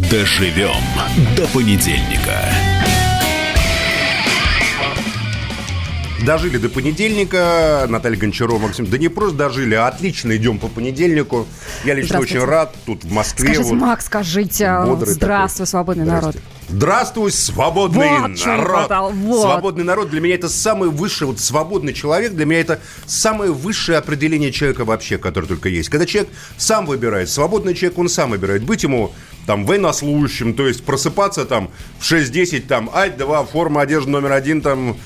Доживем до понедельника. Дожили до понедельника. Наталья Гончарова, Максим. Да не просто дожили, а отлично идем по понедельнику. Я лично очень рад. Тут в Москве. Скажите, вот, Макс, скажите. Здравствуй, свободный народ. Здравствуй, свободный народ. Вот. Свободный народ для меня это самый высший, вот свободный человек, для меня это самое высшее определение человека вообще, которое только есть. Когда человек сам выбирает, свободный человек, он сам выбирает, быть ему там военнослужащим, то есть просыпаться там в 6:10, там, ать-два, форма одежды номер 1, там,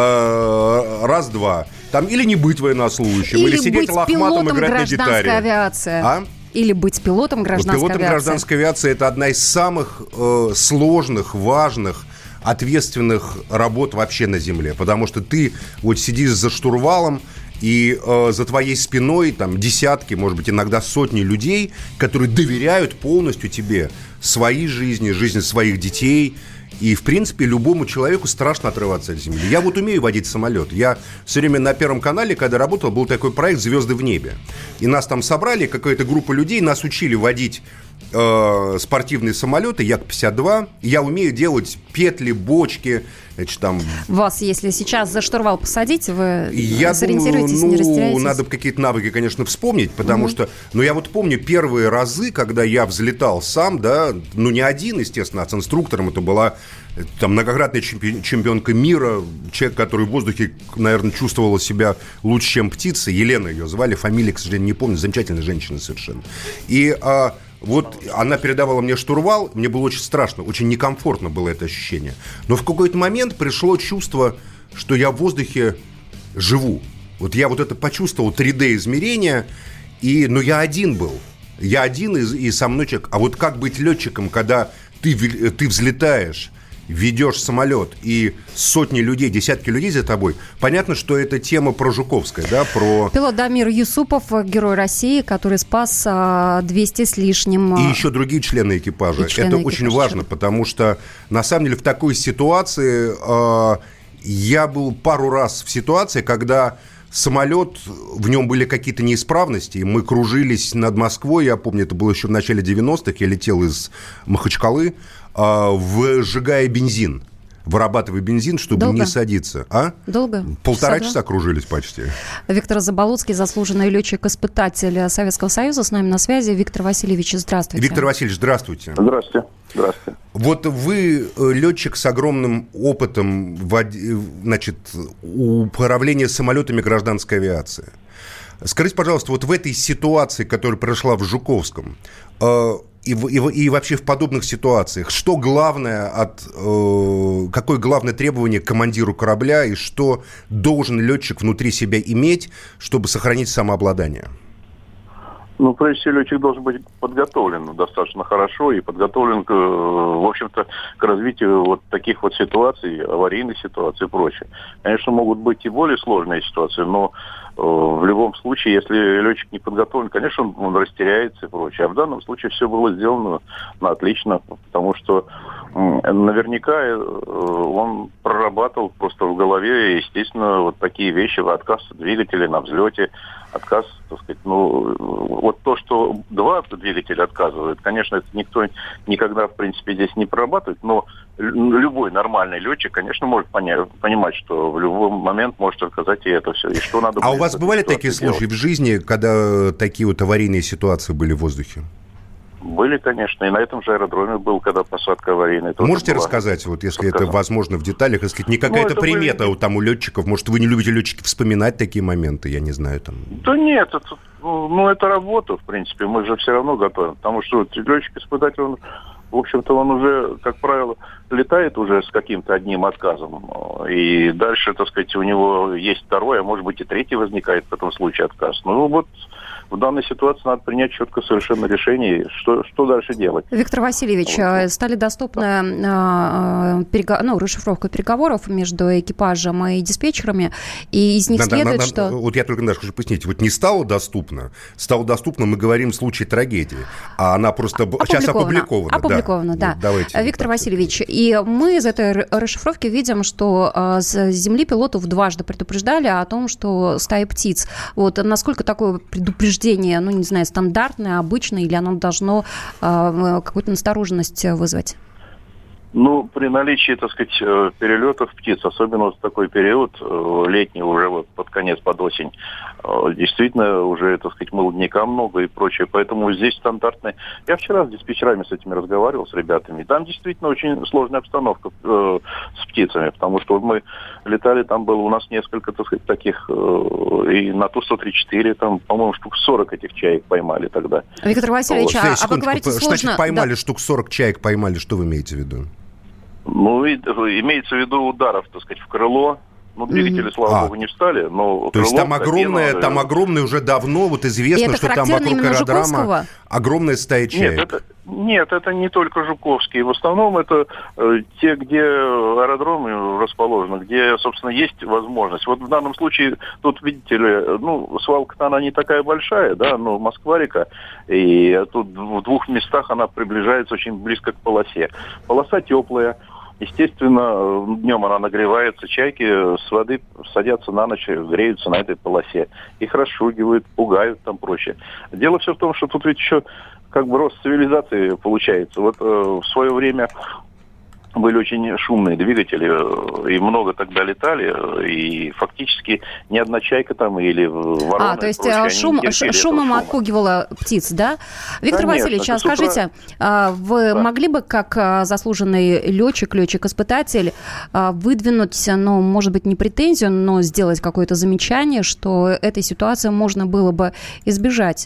раз-два, там, или не быть военнослужащим, или сидеть лохматым, играть на гитаре. Авиация. Или быть пилотом гражданской авиации. Пилотом гражданской авиации – это одна из самых сложных, важных, ответственных работ вообще на земле. Потому что ты вот сидишь за штурвалом, и за твоей спиной там десятки, может быть, иногда сотни людей, которые доверяют полностью тебе своей жизни, жизни своих детей. И, в принципе, любому человеку страшно отрываться от земли. Я вот умею водить самолет. Я все время на Первом канале, когда работал, был такой проект «Звезды в небе». И нас там собрали, какая-то группа людей, нас учили водить спортивные самолеты Як-52. Я умею делать петли, бочки. Значит, там... Вас, если сейчас за штурвал посадить, вы сориентируетесь, не растеряетесь? Надо какие-то навыки, конечно, вспомнить, потому что... Но я вот помню первые разы, когда я взлетал сам, да, ну, не один, естественно, а с инструктором. Это была там многократная чемпионка мира, человек, который в воздухе, наверное, чувствовала себя лучше, чем птица. Елена ее звали, фамилию, к сожалению, не помню. Замечательная женщина совершенно. И... Вот она передавала мне штурвал, мне было очень страшно, очень некомфортно было это ощущение. Но в какой-то момент пришло чувство, что я в воздухе живу. Вот я вот это почувствовал, 3D-измерение, но я один был. Я один и со мной человек. А вот как быть летчиком, когда ты взлетаешь, ведешь самолет, и сотни людей, десятки людей за тобой. Понятно, что это тема про Жуковское, да, про... Пилот Дамир Юсупов, герой России, который спас 200 с лишним... И еще другие члены экипажа. Это очень важно, потому что, на самом деле, в такой ситуации я был пару раз в ситуации, когда самолет, в нем были какие-то неисправности, и мы кружились над Москвой, я помню, это было еще в начале 90-х, я летел из Махачкалы, выжигая бензин, вырабатывая бензин, чтобы не садиться. Долго? 1,5 часа кружились почти. Виктор Заболоцкий, заслуженный летчик-испытатель Советского Союза, с нами на связи. Виктор Васильевич, здравствуйте. Виктор Васильевич, здравствуйте. Здравствуйте. Здравствуйте. Вот вы летчик с огромным опытом, значит, управления самолетами гражданской авиации. Скажите, пожалуйста, вот в этой ситуации, которая произошла в Жуковском, и вообще в подобных ситуациях, что главное какое главное требование к командиру корабля и что должен летчик внутри себя иметь, чтобы сохранить самообладание? Ну, прежде всего, летчик должен быть подготовлен достаточно хорошо и подготовлен, в общем-то, к развитию вот таких вот ситуаций, аварийных ситуаций и прочее. Конечно, могут быть и более сложные ситуации, но в любом случае, если летчик не подготовлен, конечно, он растеряется и прочее. А в данном случае все было сделано отлично, потому что наверняка он прорабатывал просто в голове, естественно, вот такие вещи, отказ двигателя на взлете, отказ, так сказать, вот то, что два двигателя отказывают, конечно, это никто никогда, в принципе, здесь не прорабатывает, но любой нормальный летчик, конечно, может понимать, что в любой момент может отказать и это все. И что надо у вас бывали такие случаи в жизни, когда такие вот аварийные ситуации были в воздухе? Были, конечно, и на этом же аэродроме был, когда посадка аварийная. Можете рассказать, вот если это возможно в деталях, если не какая-то примета у летчиков, может, вы не любите летчики вспоминать такие моменты, я не знаю, там. Да нет, это работа, в принципе, мы же все равно готовим, потому что летчик-испытатель, он, в общем-то, он уже, как правило, летает уже с каким-то одним отказом, и дальше, так сказать, у него есть второй, а может быть и третий возникает в этом случае отказ. Ну вот в данной ситуации надо принять четко совершенно решение, что дальше делать. Виктор Васильевич, стали доступны расшифровка переговоров между экипажем и диспетчерами, и из них следует, что... Вот я только хочу пояснить, вот не стало доступно, мы говорим в случае трагедии, а она просто сейчас опубликована. Опубликована, да. Вот, Виктор Васильевич, и мы из этой расшифровки видим, что с земли пилотов дважды предупреждали о том, что стая птиц. Вот насколько такое предупреждение повреждение, ну, не знаю, стандартное, обычное, или оно должно какую-то настороженность вызвать? Ну, при наличии, так сказать, перелетов птиц, особенно вот в такой период, летний уже вот под конец, под осень, действительно уже, так сказать, молодняка много и прочее. Поэтому здесь стандартные... Я вчера с диспетчерами с этими разговаривал, с ребятами. Там действительно очень сложная обстановка с птицами, потому что мы летали, там было у нас несколько, так сказать, таких, и на Ту-134, там, по-моему, штук 40 этих чаек поймали тогда. Виктор Васильевич, вот. Вы говорите, что сложно... значит поймали, да. штук 40 чаек поймали, что вы имеете в виду? Ну, имеется в виду ударов, так сказать, в крыло. Ну, двигатели, слава богу, не встали, но... То есть там огромное уже давно, вот известно, что там вокруг аэродрома огромная стая чаек. Нет, это не только жуковские. В основном это те, где аэродромы расположены, где, собственно, есть возможность. Вот в данном случае, тут, видите ли, ну, свалка-то она не такая большая, да, но Москва-река, и тут в двух местах она приближается очень близко к полосе. Полоса теплая. Естественно, днем она нагревается, чайки с воды садятся на ночь, греются на этой полосе. Их расшугивают, пугают там прочее. Дело все в том, что тут ведь еще как бы рост цивилизации получается. Вот в свое время были очень шумные двигатели, и много тогда летали, и фактически ни одна чайка там или ворона... то есть шумом отпугивала птиц, да? Виктор Васильевич, а скажите, вы могли бы, как заслуженный летчик-испытатель, выдвинуть, ну, может быть, не претензию, но сделать какое-то замечание, что этой ситуации можно было бы избежать?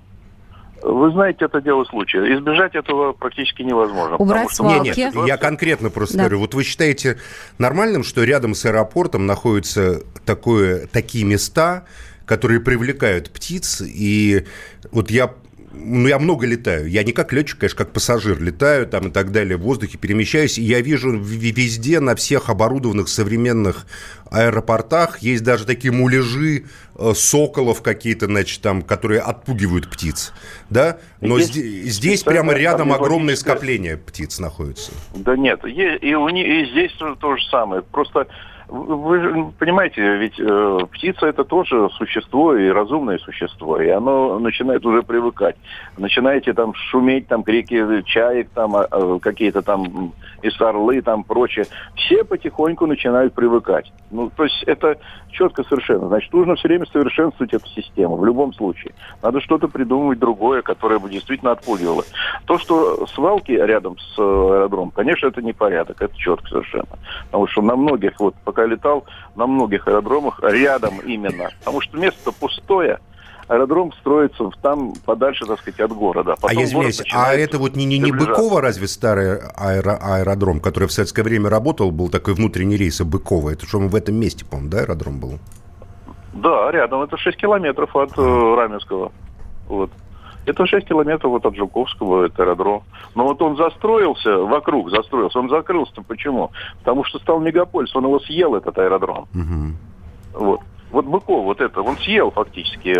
Вы знаете, это дело случая. Избежать этого практически невозможно. Убрать свалки? Нет, я конкретно просто говорю. Вот вы считаете нормальным, что рядом с аэропортом находятся такие места, которые привлекают птиц? И вот я много летаю. Я не как летчик, конечно, как пассажир летаю там и так далее, в воздухе перемещаюсь. И я вижу везде, на всех оборудованных современных аэропортах, есть даже такие муляжи соколов какие-то, значит, там, которые отпугивают птиц. Да? Но здесь прямо рядом огромное скопление птиц находится. Да нет, и здесь то же самое. Просто... Вы же понимаете, ведь птица это тоже существо и разумное существо, и оно начинает уже привыкать. Начинаете там шуметь, там крики чаек, там какие-то там из орлы, там прочее. Все потихоньку начинают привыкать. Ну, то есть это четко совершенно. Значит, нужно все время совершенствовать эту систему, в любом случае. Надо что-то придумывать другое, которое бы действительно отпугивало. То, что свалки рядом с аэродромом, конечно, это не порядок, это четко совершенно. Потому что на многих, вот пока летал, на многих аэродромах рядом именно. Потому что место пустое, аэродром строится там подальше, так сказать, от города. Потом извиняюсь, это вот не Быково разве старый аэродром, который в советское время работал, был такой внутренний рейс Быково? Это что, в этом месте, по-моему, да, аэродром был? Да, рядом. Это 6 километров от Раменского. Вот. Это 6 километров вот от Жуковского, это аэродром. Но вот он застроился, он закрылся. Почему? Потому что стал мегаполис, он его съел, этот аэродром. Вот. Вот Быков, вот это, он съел фактически,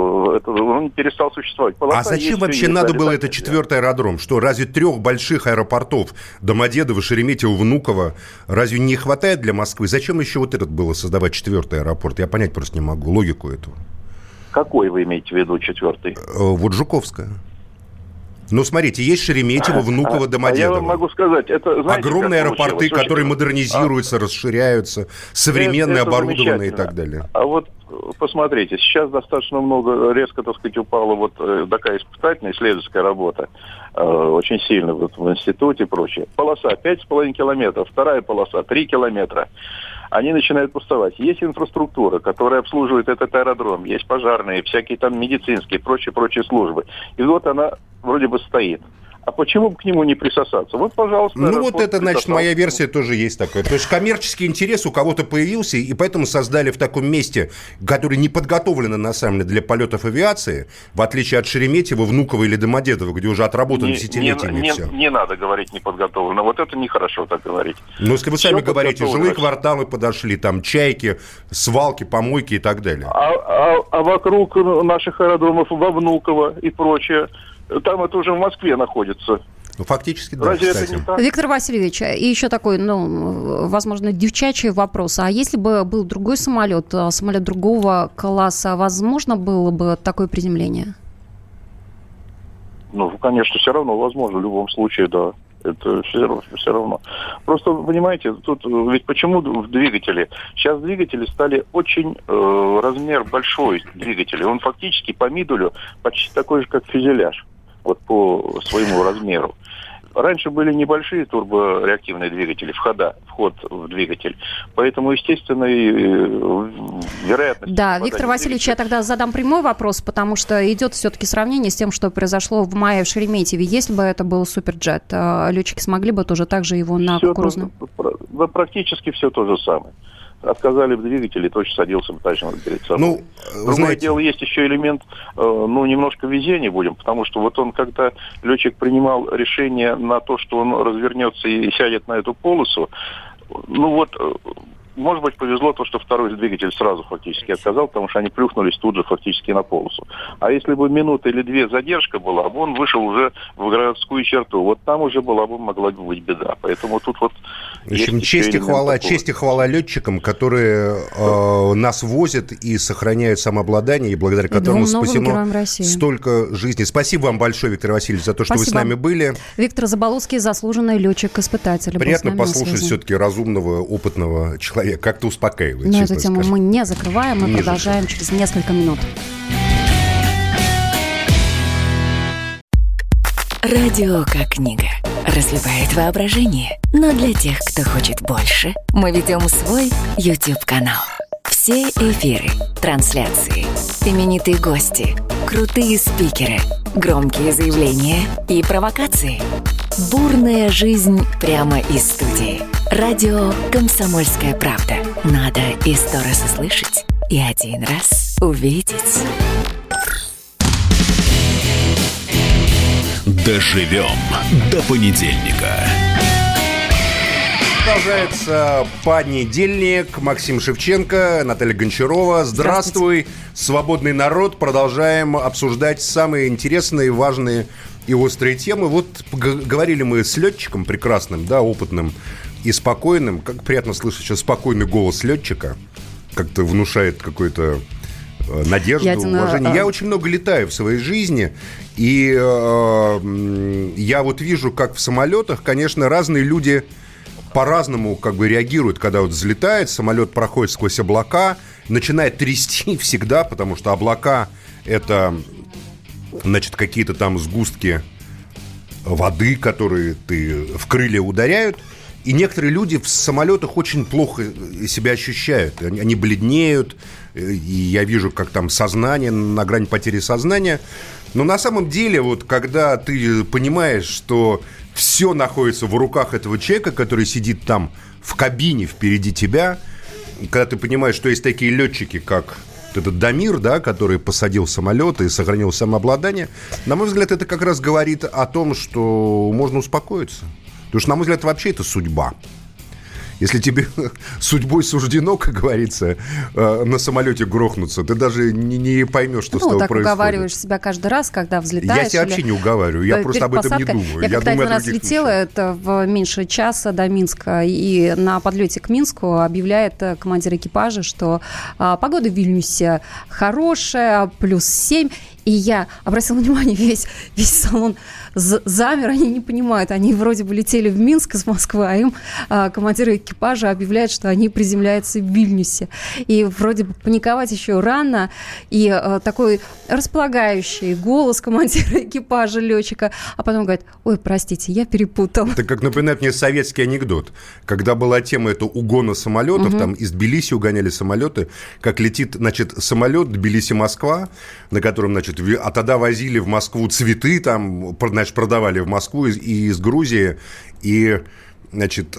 он перестал существовать. Полоса зачем вообще надо было этот четвертый аэродром? Что, разве 3 больших аэропортов, Домодедово, Шереметьево, Внуково, разве не хватает для Москвы? Зачем еще вот этот было создавать 4-й аэропорт? Я понять просто не могу логику этого. Какой вы имеете в виду 4-й? Вот Жуковская. Ну, смотрите, есть Шереметьево, Внуково, Домодедово. Я вам могу сказать, это, знаете, огромные аэропорты, которые модернизируются, расширяются, современные, оборудованные и так далее. А вот посмотрите, сейчас достаточно много, резко, так сказать, упала вот такая испытательная исследовательская работа, очень сильно вот в институте и прочее. Полоса 5,5 километров, вторая полоса 3 километра. Они начинают пустовать. Есть инфраструктура, которая обслуживает этот аэродром, есть пожарные, всякие там медицинские, прочие службы. И вот она вроде бы стоит. А почему бы к нему не присосаться? Вот, пожалуйста. Ну, вот это, значит, моя версия тоже есть такая. То есть коммерческий интерес у кого-то появился, и поэтому создали в таком месте, которое не подготовлено, на самом деле, для полетов авиации, в отличие от Шереметьево, Внуково или Домодедово, где уже отработано десятилетиями все. Не надо говорить не подготовлено. Вот это нехорошо так говорить. Ну, если вы сами говорите, жилые кварталы подошли, там чайки, свалки, помойки и так далее. А вокруг наших аэродромов во Внуково и прочее, там это уже в Москве находится. Ну, фактически, да. Разве кстати. это не так? Виктор Васильевич, и еще такой, возможно, девчачий вопрос. А если бы был другой самолет другого класса, возможно было бы такое приземление? Ну, конечно, все равно возможно, в любом случае, да. Это все равно. Просто, понимаете, тут ведь почему в двигателе? Сейчас двигатели стали очень размер большой двигателя. Он фактически по мидулю почти такой же, как фюзеляж. Вот по своему размеру. Раньше были небольшие турбореактивные двигатели, вход в двигатель. Поэтому, естественно, и вероятность... Да, Виктор Васильевич, я тогда задам прямой вопрос, потому что идет все-таки сравнение с тем, что произошло в мае в Шереметьеве. Если бы это был суперджет, летчики смогли бы тоже так же его на кукурузном? Практически все то же самое. Отказали в двигателе, точно садился бы точно перед собой. Другое дело, есть еще элемент, немножко везения будем, потому что вот он, когда летчик принимал решение на то, что он развернется и сядет на эту полосу, может быть, повезло то, что второй двигатель сразу фактически отказал, потому что они плюхнулись тут же фактически на полосу. А если бы минута или две задержка была, он вышел уже в городскую черту. Вот там уже могла бы быть беда. Поэтому тут вот... В общем, честь и хвала летчикам, которые нас возят и сохраняют самообладание, и благодаря которому спасено столько жизней. Спасибо вам большое, Виктор Васильевич, за то, что вы с нами были. Виктор Заболоцкий, заслуженный летчик-испытатель. Приятно послушать все-таки разумного, опытного человека. Как-то успокаивает. Но эту тему мы не закрываем, мы продолжаем через несколько минут. Радио как книга. Разливает воображение. Но для тех, кто хочет больше, мы ведем свой YouTube-канал. Все эфиры, трансляции, именитые гости, крутые спикеры, громкие заявления и провокации. Бурная жизнь прямо из студии. Радио «Комсомольская правда». Надо и 100 раз услышать, и 1 раз увидеть. Доживем до понедельника. Продолжается понедельник. Максим Шевченко, Наталья Гончарова. Здравствуй, свободный народ. Продолжаем обсуждать самые интересные, важные и острые темы. Вот говорили мы с летчиком прекрасным, да, опытным и спокойным. Как приятно слышать сейчас спокойный голос летчика. Как-то внушает какую-то надежду, уважение. Я очень много летаю в своей жизни. И я вот вижу, как в самолетах, конечно, разные люди по-разному как бы реагируют, когда вот взлетает, самолет проходит сквозь облака, начинает трясти всегда, потому что облака – это, значит, какие-то там сгустки воды, которые в крылья ударяют. И некоторые люди в самолетах очень плохо себя ощущают. Они бледнеют, и я вижу, как там сознание, на грани потери сознания. Но на самом деле, вот когда ты понимаешь, что все находится в руках этого человека, который сидит там в кабине впереди тебя, когда ты понимаешь, что есть такие летчики, как этот Дамир, да, который посадил самолет и сохранил самообладание, на мой взгляд, это как раз говорит о том, что можно успокоиться. Потому что, на мой взгляд, вообще это судьба. Если тебе судьбой суждено, как говорится, на самолете грохнуться, ты даже не поймешь, что с тобой происходит. Ну, так уговариваешь себя каждый раз, когда взлетаешь. Я себя вообще не уговариваю, я просто об этом не думаю. Я когда один раз летела, это в меньше часа до Минска, и на подлете к Минску объявляет командир экипажа, что погода в Вильнюсе хорошая, +7. И я обратила внимание, весь салон замер, они не понимают. Они вроде бы летели в Минск из Москвы, а им командир экипажа объявляет, что они приземляются в Вильнюсе. И вроде бы паниковать еще рано. И такой располагающий голос командира экипажа, летчика, а потом говорит: ой, простите, я перепутал. Это как напоминает мне советский анекдот. Когда была тема это угона самолетов, там из Тбилиси угоняли самолеты, как летит, значит, самолет Тбилиси-Москва, на котором, значит, а тогда возили в Москву цветы, там, значит, продавали в Москву из Грузии, и, значит,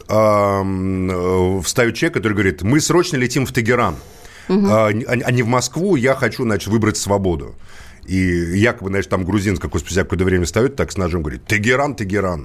встает человек, который говорит: мы срочно летим в Тегеран, а не в Москву, я хочу, значит, выбрать свободу. И якобы, значит, там грузин спустя какое-то время встает, так с ножом говорит: Тегеран, Тегеран.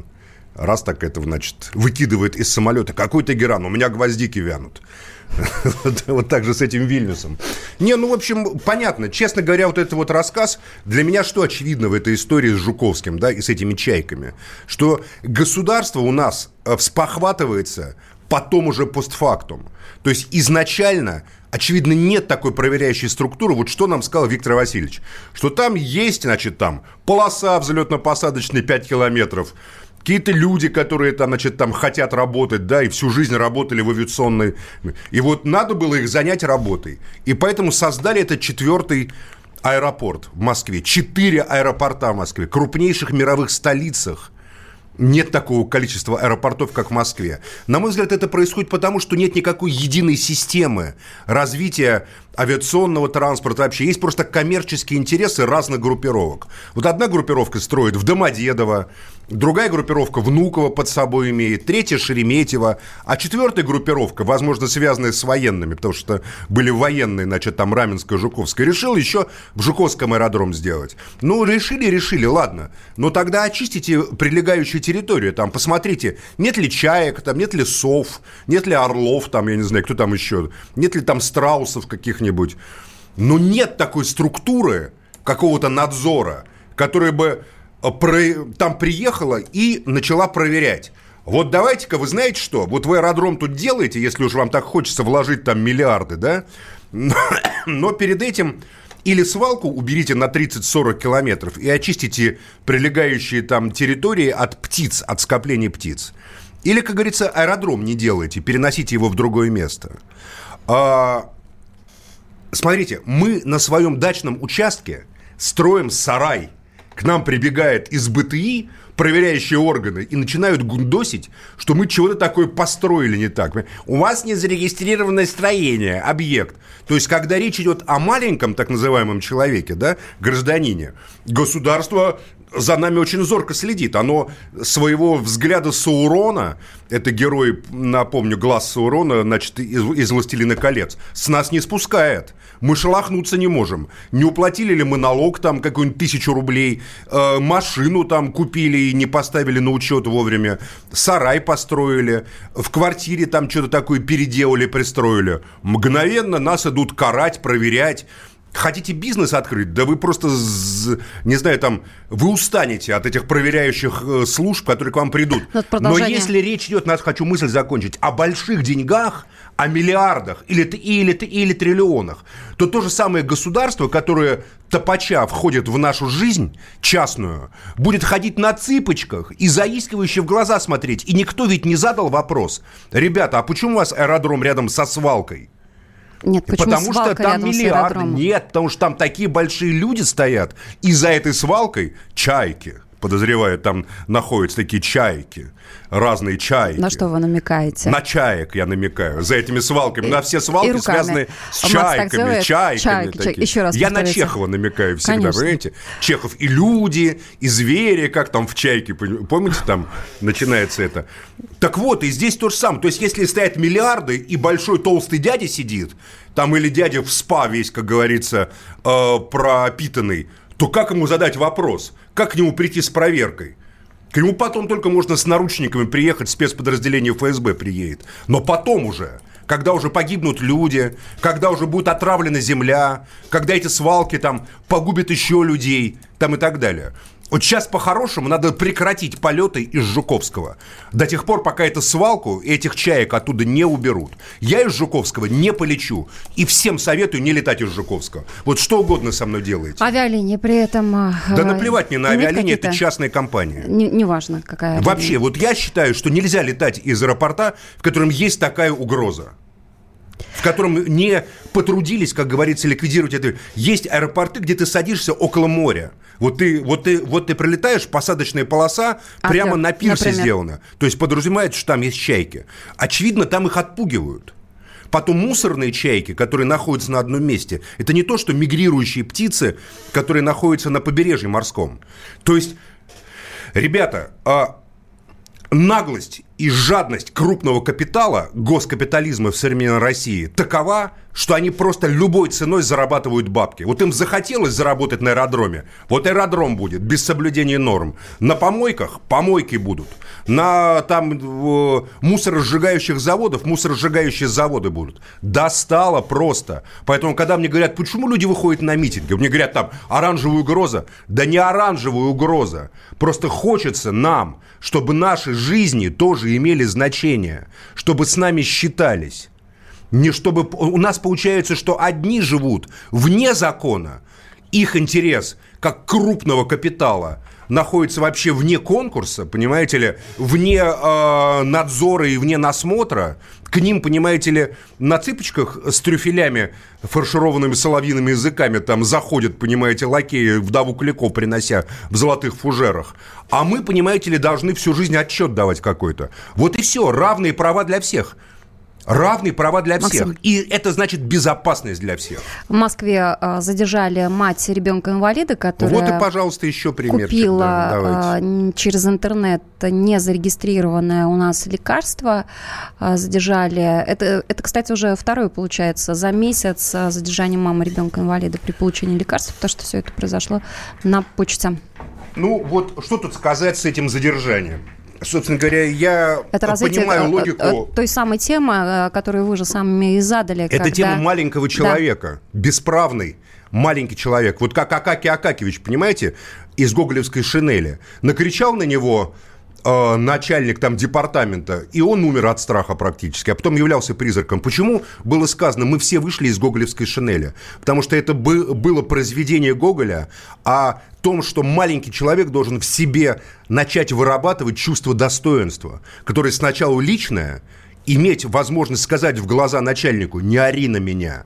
Раз так это, значит, выкидывает из самолета. Какой Тегеран? У меня гвоздики вянут. Вот так же с этим Вильнюсом. Не, ну, в общем, понятно. Честно говоря, вот этот вот рассказ, для меня что очевидно в этой истории с Жуковским, да, и с этими чайками? Что государство у нас вспохватывается потом уже постфактум. То есть изначально, очевидно, нет такой проверяющей структуры. Вот что нам сказал Виктор Васильевич. Что там есть, значит, там полоса взлетно-посадочной 5 километров, какие-то люди, которые там, значит, там хотят работать, да, и всю жизнь работали в авиационной... И вот надо было их занять работой. И поэтому создали этот 4-й аэропорт в Москве. 4 аэропорта в Москве. Крупнейших мировых столицах нет такого количества аэропортов, как в Москве. На мой взгляд, это происходит потому, что нет никакой единой системы развития авиационного транспорта вообще. Есть просто коммерческие интересы разных группировок. Вот одна группировка строит в Домодедово, другая группировка Внуково под собой имеет, третья Шереметьево, а 4-я группировка, возможно, связанная с военными, потому что были военные, значит, там Раменская, Жуковская, решила еще в Жуковском аэродром сделать. Ну, решили, ладно. Но тогда очистите прилегающую территорию, там, посмотрите, нет ли чаек, там, нет ли сов, нет ли орлов, там, я не знаю, кто там еще, нет ли там страусов каких-нибудь. Но нет такой структуры, какого-то надзора, которая бы там приехала и начала проверять. Вот давайте-ка, вы знаете что? Вот вы аэродром тут делаете, если уж вам так хочется вложить там миллиарды, да? Но перед этим или свалку уберите на 30-40 километров и очистите прилегающие там территории от птиц, от скоплений птиц. Или, как говорится, аэродром не делайте, переносите его в другое место. Смотрите, мы на своем дачном участке строим сарай. К нам прибегает из БТИ проверяющие органы и начинают гундосить, что мы чего-то такое построили не так. У вас не зарегистрированное строение, объект. То есть, когда речь идет о маленьком, так называемом человеке, да, гражданине, государство за нами очень зорко следит. Оно своего взгляда Саурона, это герой, напомню, глаз Саурона, значит, из «Властелина колец», с нас не спускает. Мы шелохнуться не можем. Не уплатили ли мы налог, там, какую-нибудь 1000 рублей, машину там купили и не поставили на учет вовремя, сарай построили, в квартире там что-то такое переделали, пристроили. Мгновенно нас идут карать, проверять. Хотите бизнес открыть? Да вы просто, не знаю, там, вы устанете от этих проверяющих служб, которые к вам придут. Но если речь идет, хочу мысль закончить, о больших деньгах, о миллиардах или триллионах, то то же самое государство, которое топача входит в нашу жизнь частную, будет ходить на цыпочках и заискивающе в глаза смотреть. И никто ведь не задал вопрос: ребята, а почему у вас аэродром рядом со свалкой? Нет, потому что там миллиарды. Нет, потому что там такие большие люди стоят. И за этой свалкой чайки. Подозреваю, там находятся такие чайки. Разные чайки. На что вы намекаете? На чаек я намекаю. За этими свалками. На все свалки связаны с чайками. Чайками. Еще раз я на Чехова намекаю всегда, конечно. понимаете? Чехов и люди, и звери, как там в чайке. Помните, там начинается это? Так вот, и здесь то же самое. То есть, если стоят миллиарды, и большой толстый дядя сидит, там или дядя в спа весь, как говорится, пропитанный, то как ему задать вопрос? Как к нему прийти с проверкой? К нему потом только можно с наручниками приехать, спецподразделение ФСБ приедет. Но потом уже, когда уже погибнут люди, когда уже будет отравлена земля, когда эти свалки там погубят еще людей там и так далее. Вот сейчас по-хорошему надо прекратить полеты из Жуковского до тех пор, пока эту свалку и этих чаек оттуда не уберут. Я из Жуковского не полечу. И всем советую не летать из Жуковского. Вот что угодно со мной делаете. Авиалинии при этом... Да наплевать мне на авиалинии, это частная компания. Неважно, какая авиалиния. Вообще, вот я считаю, что нельзя летать из аэропорта, в котором есть такая угроза. В котором не потрудились, как говорится, ликвидировать это. Есть аэропорты, где ты садишься около моря. Вот ты прилетаешь, посадочная полоса прямо на пирсе, например, сделана. То есть подразумевается, что там есть чайки. Очевидно, там их отпугивают. Потом мусорные чайки, которые находятся на одном месте, это не то, что мигрирующие птицы, которые находятся на побережье морском. То есть, ребята, наглость и жадность крупного капитала, госкапитализма в современной России такова, что они просто любой ценой зарабатывают бабки. Вот им захотелось заработать на аэродроме. Вот аэродром будет без соблюдения норм. На помойках помойки будут. На там мусоросжигающих заводов мусоросжигающие заводы будут. Достало просто. Поэтому, когда мне говорят, почему люди выходят на митинги, мне говорят там оранжевая угроза. Да не оранжевая угроза. Просто хочется нам, чтобы наши жизни тоже имели значение. Чтобы с нами считались. Не чтобы... У нас получается, что одни живут вне закона, их интерес, как крупного капитала, находится вообще вне конкурса, понимаете ли, вне надзора и вне насмотра. К ним, понимаете ли, на цыпочках с трюфелями, фаршированными соловьиными языками, там заходят, понимаете, лакеи, вдову Кликов принося в золотых фужерах. А мы, понимаете ли, должны всю жизнь отчет давать какой-то. Вот и все, равные права для всех. Равные права для всех. Максим. И это значит безопасность для всех. В Москве задержали мать ребенка-инвалида, которая вот и, пожалуйста, еще примерчик, купила через интернет незарегистрированное у нас лекарство. Задержали. Это, кстати, уже второе, получается, за месяц задержание мамы ребенка-инвалида при получении лекарств, потому что все это произошло на почте. Ну, вот что тут сказать с этим задержанием? Собственно говоря, я понимаю логику той самой темы, которую вы же сами и задали. Это тема маленького человека, бесправный маленький человек. Вот как Акакий Акакевич, понимаете, из гоголевской шинели. Накричал на него начальник там департамента, и он умер от страха практически, а потом являлся призраком. Почему было сказано, мы все вышли из гоголевской шинели? Потому что это было произведение Гоголя о том, что маленький человек должен в себе начать вырабатывать чувство достоинства, которое сначала личное, иметь возможность сказать в глаза начальнику «не ори на меня»,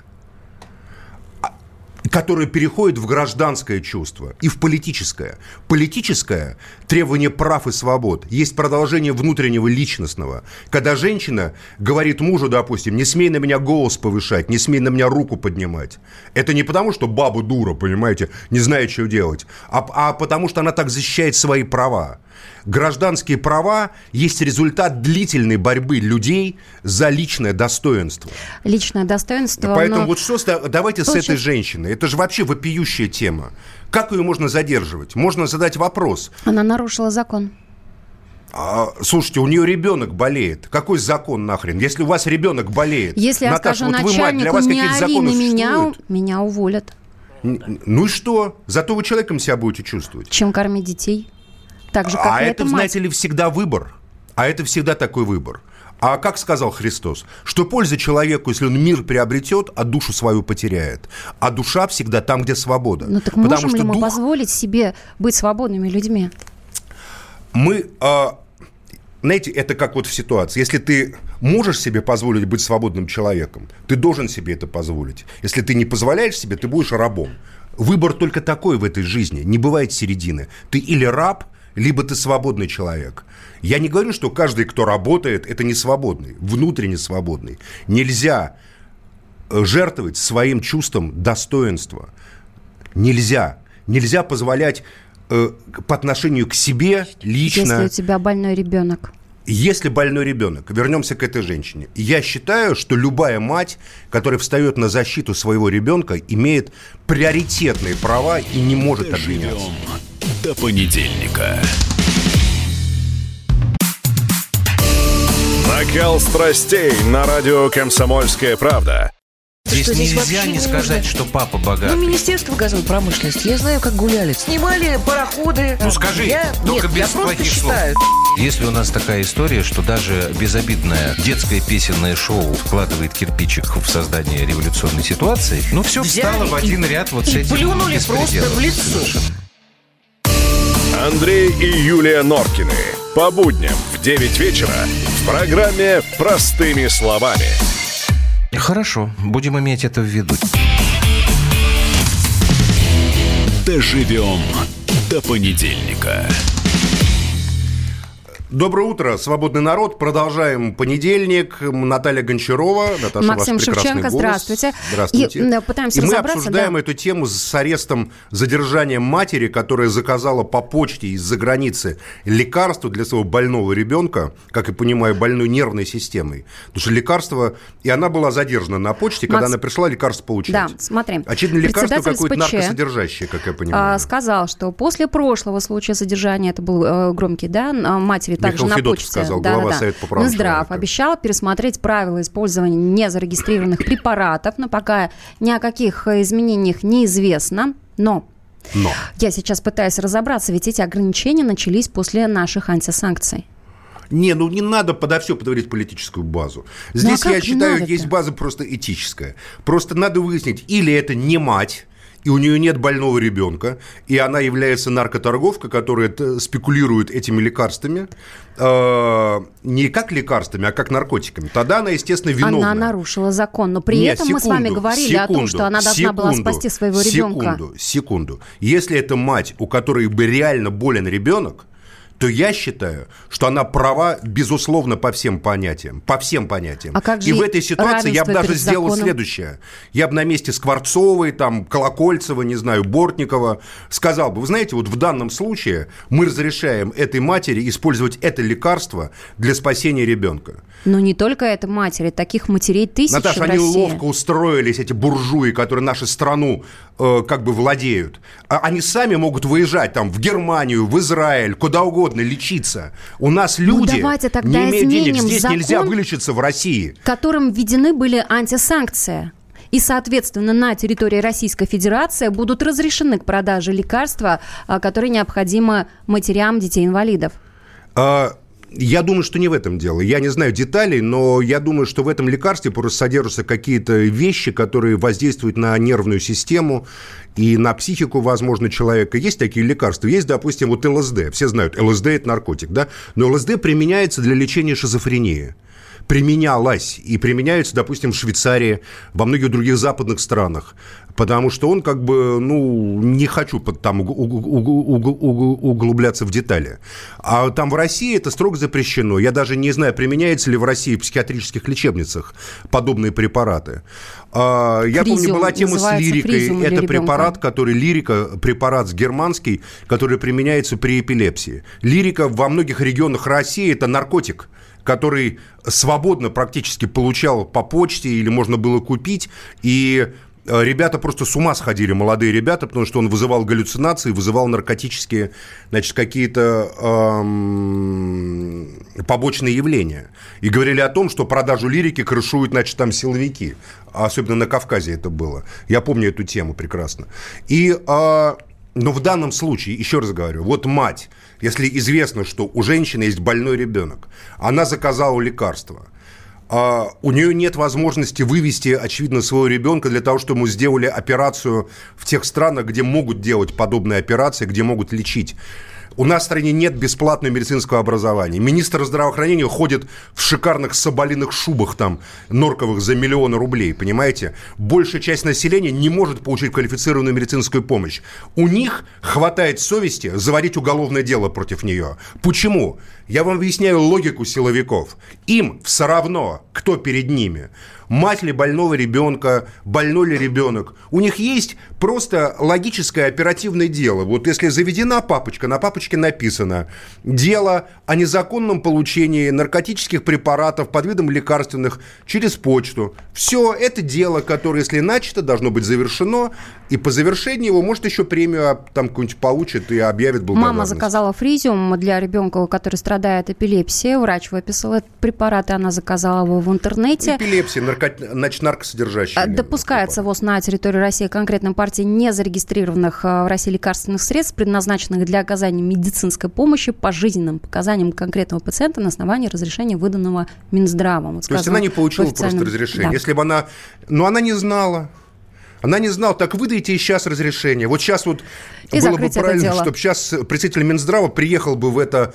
которое переходит в гражданское чувство и в политическое. Политическое требование прав и свобод есть продолжение внутреннего личностного. Когда женщина говорит мужу, допустим, не смей на меня голос повышать, не смей на меня руку поднимать. Это не потому, что баба дура, понимаете, не знает, что делать, а потому, что она так защищает свои права. Гражданские права есть результат длительной борьбы людей за личное достоинство. Личное достоинство. Поэтому вот что, давайте с этой женщиной. Это же вообще вопиющая тема. Как ее можно задерживать? Можно задать вопрос. Она нарушила закон. Слушайте, у нее ребенок болеет. Какой закон нахрен? Если у вас ребенок болеет, если Наташа, я скажу вот начальнику, не ори на меня уволят. Ну и что? Зато вы человеком себя будете чувствовать. Чем кормить детей? Так же, как а и это, знаете ли, всегда выбор. А это всегда такой выбор. А как сказал Христос, что польза человеку, если он мир приобретет, а душу свою потеряет. А душа всегда там, где свобода. Ну так можем ли мы позволить себе быть свободными людьми? Мы, знаете, это как вот в ситуации. Если ты можешь себе позволить быть свободным человеком, ты должен себе это позволить. Если ты не позволяешь себе, ты будешь рабом. Выбор только такой в этой жизни. Не бывает середины. Ты или раб, либо ты свободный человек. Я не говорю, что каждый, кто работает, это не свободный, внутренне свободный. Нельзя жертвовать своим чувством достоинства. Нельзя. Нельзя позволять по отношению к себе лично... Если у тебя больной ребенок. Если больной ребенок, вернемся к этой женщине. Я считаю, что любая мать, которая встает на защиту своего ребенка, имеет приоритетные права и не может обвиняться. До понедельника. Накал страстей на радио «Комсомольская правда». Здесь нельзя не сказать, что папа богатый. Ну, Министерство газовой промышленности, я знаю, как гуляли. Снимали пароходы. Ну, скажи, только без плохих слов. Если у нас такая история, что даже безобидное детское песенное шоу вкладывает кирпичик в создание революционной ситуации, ну, все встало в один ряд вот с этим. Плюнули просто в лицо. Андрей и Юлия Норкины. По будням в 9 вечера в программе «Простыми словами». Хорошо, будем иметь это в виду. Доживем до понедельника. Доброе утро, свободный народ. Продолжаем понедельник. Наталья Гончарова, Наташа, Максим ваш прекрасный Шевченко, голос. здравствуйте. Здравствуйте. И пытаемся мы разобраться, обсуждаем эту тему с арестом, задержанием матери, которая заказала по почте из-за границы лекарство для своего больного ребенка, как я понимаю, больной нервной системой. Потому что лекарство... И она была задержана на почте, когда она пришла лекарство получать. Да, смотри. Очевидно, лекарство какое-то наркосодержащее, как я понимаю. Сказал, что после прошлого случая задержания, это был громкий, да, матери также на почте. Сказал, глава Совета по правам Минздрав обещал пересмотреть правила использования незарегистрированных препаратов, но пока ни о каких изменениях неизвестно. Но я сейчас пытаюсь разобраться, ведь эти ограничения начались после наших антисанкций. Не надо подо все подводить политическую базу. Здесь, я считаю, есть база просто этическая. Просто надо выяснить, или это не мать, и у нее нет больного ребенка, и она является наркоторговкой, которая спекулирует этими лекарствами, не как лекарствами, а как наркотиками. Тогда она, естественно, виновна. Она нарушила закон, но при этом мы с вами говорили о том, что она должна была спасти своего ребенка. Секунду. Если это мать, у которой бы реально болен ребенок, то я считаю, что она права, безусловно, по всем понятиям. По всем понятиям. А как же и в этой ситуации я бы даже сделал законом? Следующее. Я бы на месте Скворцовой, Колокольцева, не знаю, Бортникова сказал бы, вы знаете, вот в данном случае мы разрешаем этой матери использовать это лекарство для спасения ребенка. Но не только это матери, таких матерей тысячи Наташа, в России. они ловко устроились, эти буржуи, которые нашу страну как бы владеют. Они сами могут выезжать в Германию, в Израиль, куда угодно лечиться. У нас люди не имеют денег. Здесь нельзя вылечиться в России. Которым введены были антисанкции. И, соответственно, на территории Российской Федерации будут разрешены к продаже лекарства, которые необходимы матерям детей-инвалидов. Я думаю, что не в этом дело. Я не знаю деталей, но я думаю, что в этом лекарстве просто содержатся какие-то вещи, которые воздействуют на нервную систему и на психику, возможно, человека. Есть такие лекарства. Есть, допустим, ЛСД. Все знают, ЛСД – это наркотик, да? Но ЛСД применяется для лечения шизофрении. Применялась и применяется, допустим, в Швейцарии, во многих других западных странах. Потому что он не хочу там углубляться в детали. А там в России это строго запрещено. Я даже не знаю, применяется ли в России в психиатрических лечебницах подобные препараты. Я помню, была тема с лирикой. Это препарат, препарат германский, который применяется при эпилепсии. Лирика во многих регионах России – это наркотик, который свободно практически получал по почте или можно было купить, и ребята просто с ума сходили, молодые ребята, потому что он вызывал галлюцинации, вызывал наркотические, какие-то побочные явления. И говорили о том, что продажу лирики крышуют, там силовики. Особенно на Кавказе это было. Я помню эту тему прекрасно. Но в данном случае, еще раз говорю, вот мать, если известно, что у женщины есть больной ребенок, она заказала лекарство, у нее нет возможности вывести, очевидно, своего ребенка для того, чтобы ему сделали операцию в тех странах, где могут делать подобные операции, где могут лечить. У нас в стране нет бесплатного медицинского образования. Министр здравоохранения ходит в шикарных соболиных шубах норковых за миллионы рублей, понимаете? Большая часть населения не может получить квалифицированную медицинскую помощь. У них хватает совести заводить уголовное дело против нее. Почему? Я вам объясняю логику силовиков. Им все равно, кто перед ними. Мать ли больного ребенка, больной ли ребенок. У них есть просто логическое оперативное дело. Вот если заведена папочка, на папочке написано «Дело о незаконном получении наркотических препаратов под видом лекарственных через почту». Все это дело, которое, если начато, должно быть завершено. И по завершении его, может, еще премию какую-нибудь получит и объявит благодарность. Мама заказала фризиум для ребенка, который страдает эпилепсией. Врач выписал этот препарат, и она заказала его в интернете. Эпилепсия, наркосодержащие. Допускается ввоз на территорию России конкретной партии незарегистрированных в России лекарственных средств, предназначенных для оказания медицинской помощи по жизненным показаниям конкретного пациента на основании разрешения, выданного Минздравом. То есть она не получила просто разрешение. Да. Если бы она... Но она не знала. Она не знала, так выдайте сейчас разрешение. Вот сейчас вот и было бы правильно, чтобы сейчас представитель Минздрава приехал бы в это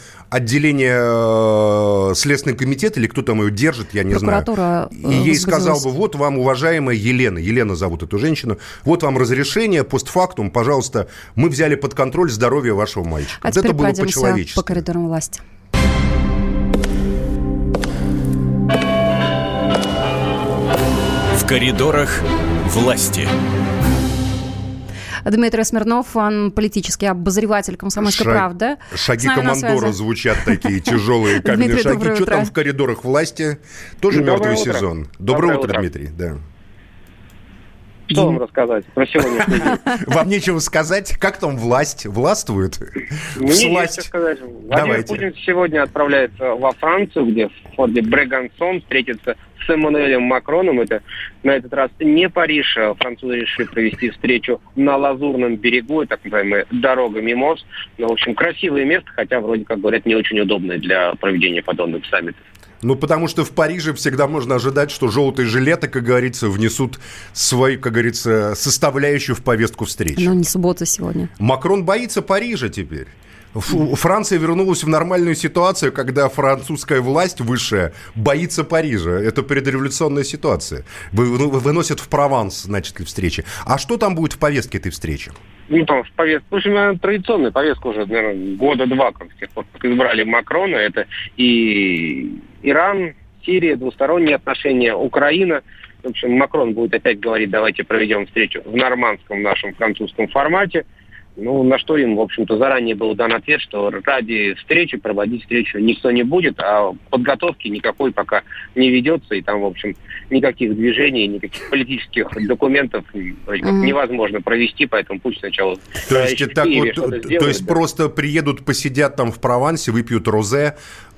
отделение Следственный комитет, или кто там ее держит, я не знаю. И ей сказал бы, вот вам, уважаемая Елена зовут эту женщину, вот вам разрешение, постфактум, пожалуйста, мы взяли под контроль здоровье вашего мальчика. А вот это было по-человечески. По коридорам власти. коридорах власти. Дмитрий Смирнов, он политический обозреватель «Комсомольской правды». Шаги командора звучат такие тяжелые каменные шаги. Что там в коридорах власти? Тоже мертвый сезон. Доброе утро, Дмитрий. Да. Что вам рассказать про сегодняшний день? Вам нечего сказать? Как там власть? Властвует? Мне есть сказать. Владимир Путин сегодня отправляется во Францию, где в форте Брегансон встретится с Эммануэлем Макроном. Это на этот раз не Париж. Французы решили провести встречу на Лазурном берегу, так называемая дорога Мимоз. Ну, в общем, красивое место, хотя вроде как говорят не очень удобное для проведения подобных саммитов. Ну, потому что в Париже всегда можно ожидать, что желтые жилеты, как говорится, внесут свою, как говорится, составляющую в повестку встречи. Ну, не суббота сегодня. Макрон боится Парижа теперь. Франция вернулась в нормальную ситуацию, когда французская власть высшая боится Парижа. Это предреволюционная ситуация. Выносят в Прованс, значит ли, встречи. А что там будет в повестке этой встречи? Ну, там в повестке, в общем, традиционная повестка уже, наверное, года два, как с тех пор, как избрали Макрона. Это и Иран, Сирия, двусторонние отношения, Украина. В общем, Макрон будет опять говорить, давайте проведем встречу в нормандском нашем французском формате. Ну, на что им, в общем-то, заранее был дан ответ, что ради встречи проводить встречу никто не будет, а подготовки никакой пока не ведется, и там, в общем, никаких движений, никаких политических документов невозможно провести, поэтому пусть сначала... То есть просто приедут, посидят там в Провансе, выпьют розе,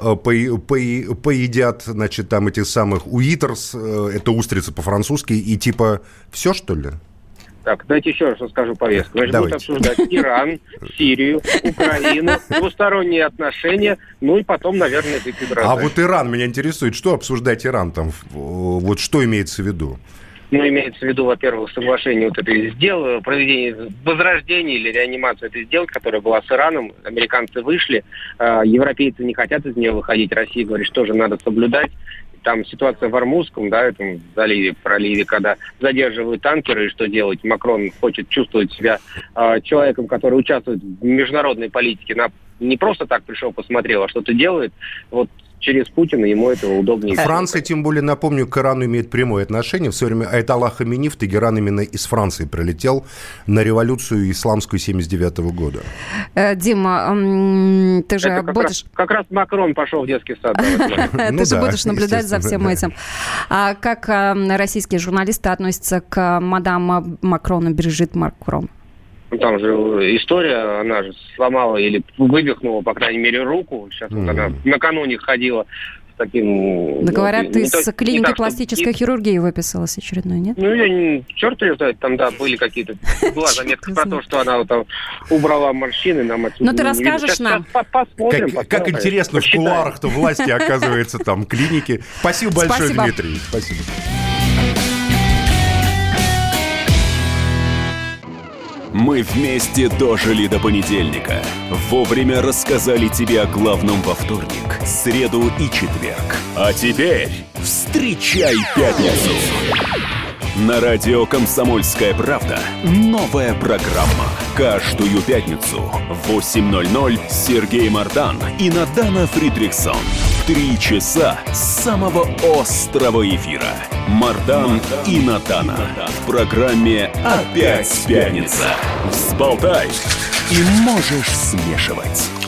поедят, значит, там этих самых уитерс, это устрицы по-французски, и типа все, что ли? Так, давайте еще раз расскажу повестку. Значит, будут обсуждать Иран, Сирию, Украину, двусторонние отношения, ну и потом, наверное, выпьют розе. А вот Иран меня интересует. Что обсуждать Иран там? Вот что имеется в виду? Ну, имеется в виду, во-первых, соглашение вот этой сделки, проведение возрождения или реанимации этой сделки, которая была с Ираном. Американцы вышли, европейцы не хотят из нее выходить. Россия говорит, что же надо соблюдать. Там ситуация в Ормузском, да, этом заливе, проливе, когда задерживают танкеры, и что делать? Макрон хочет чувствовать себя человеком, который участвует в международной политике. Не просто так пришел, посмотрел, а что-то делает. Вот через Путина ему этого удобнее. Франция, тем более, напомню, к Ирану имеет прямое отношение. В свое время Аятолла Хамини в Тегеран именно из Франции прилетел на революцию исламскую 1979 года. Дима, ты же будешь... Как раз Макрон пошел в детский сад. Ты же будешь наблюдать за всем этим. А как российские журналисты относятся к мадам Макрону Брижит Макрон? Там же история, она же сломала или вывихнула, по крайней мере, руку. Сейчас вот она накануне ходила с таким... Да говорят, ты с клиники пластической хирургии выписалась очередной, нет? Ну, черт ее знает, там, да, были какие-то... Была заметка про то, что она там убрала морщины. Ну, ты расскажешь нам. Посмотрим. Как интересно, в кулуарах-то власти, оказывается, там клиники. Спасибо большое, Дмитрий. Спасибо. Мы вместе дожили до понедельника. Вовремя рассказали тебе о главном во вторник, среду и четверг. А теперь встречай пятницу. На радио «Комсомольская правда» новая программа. Каждую пятницу в 8:00 Сергей Мардан и Надана Фридрихсон. 3 часа самого острого эфира. Мардан и Надана. В программе «Опять пятница». Взболтай и можешь смешивать.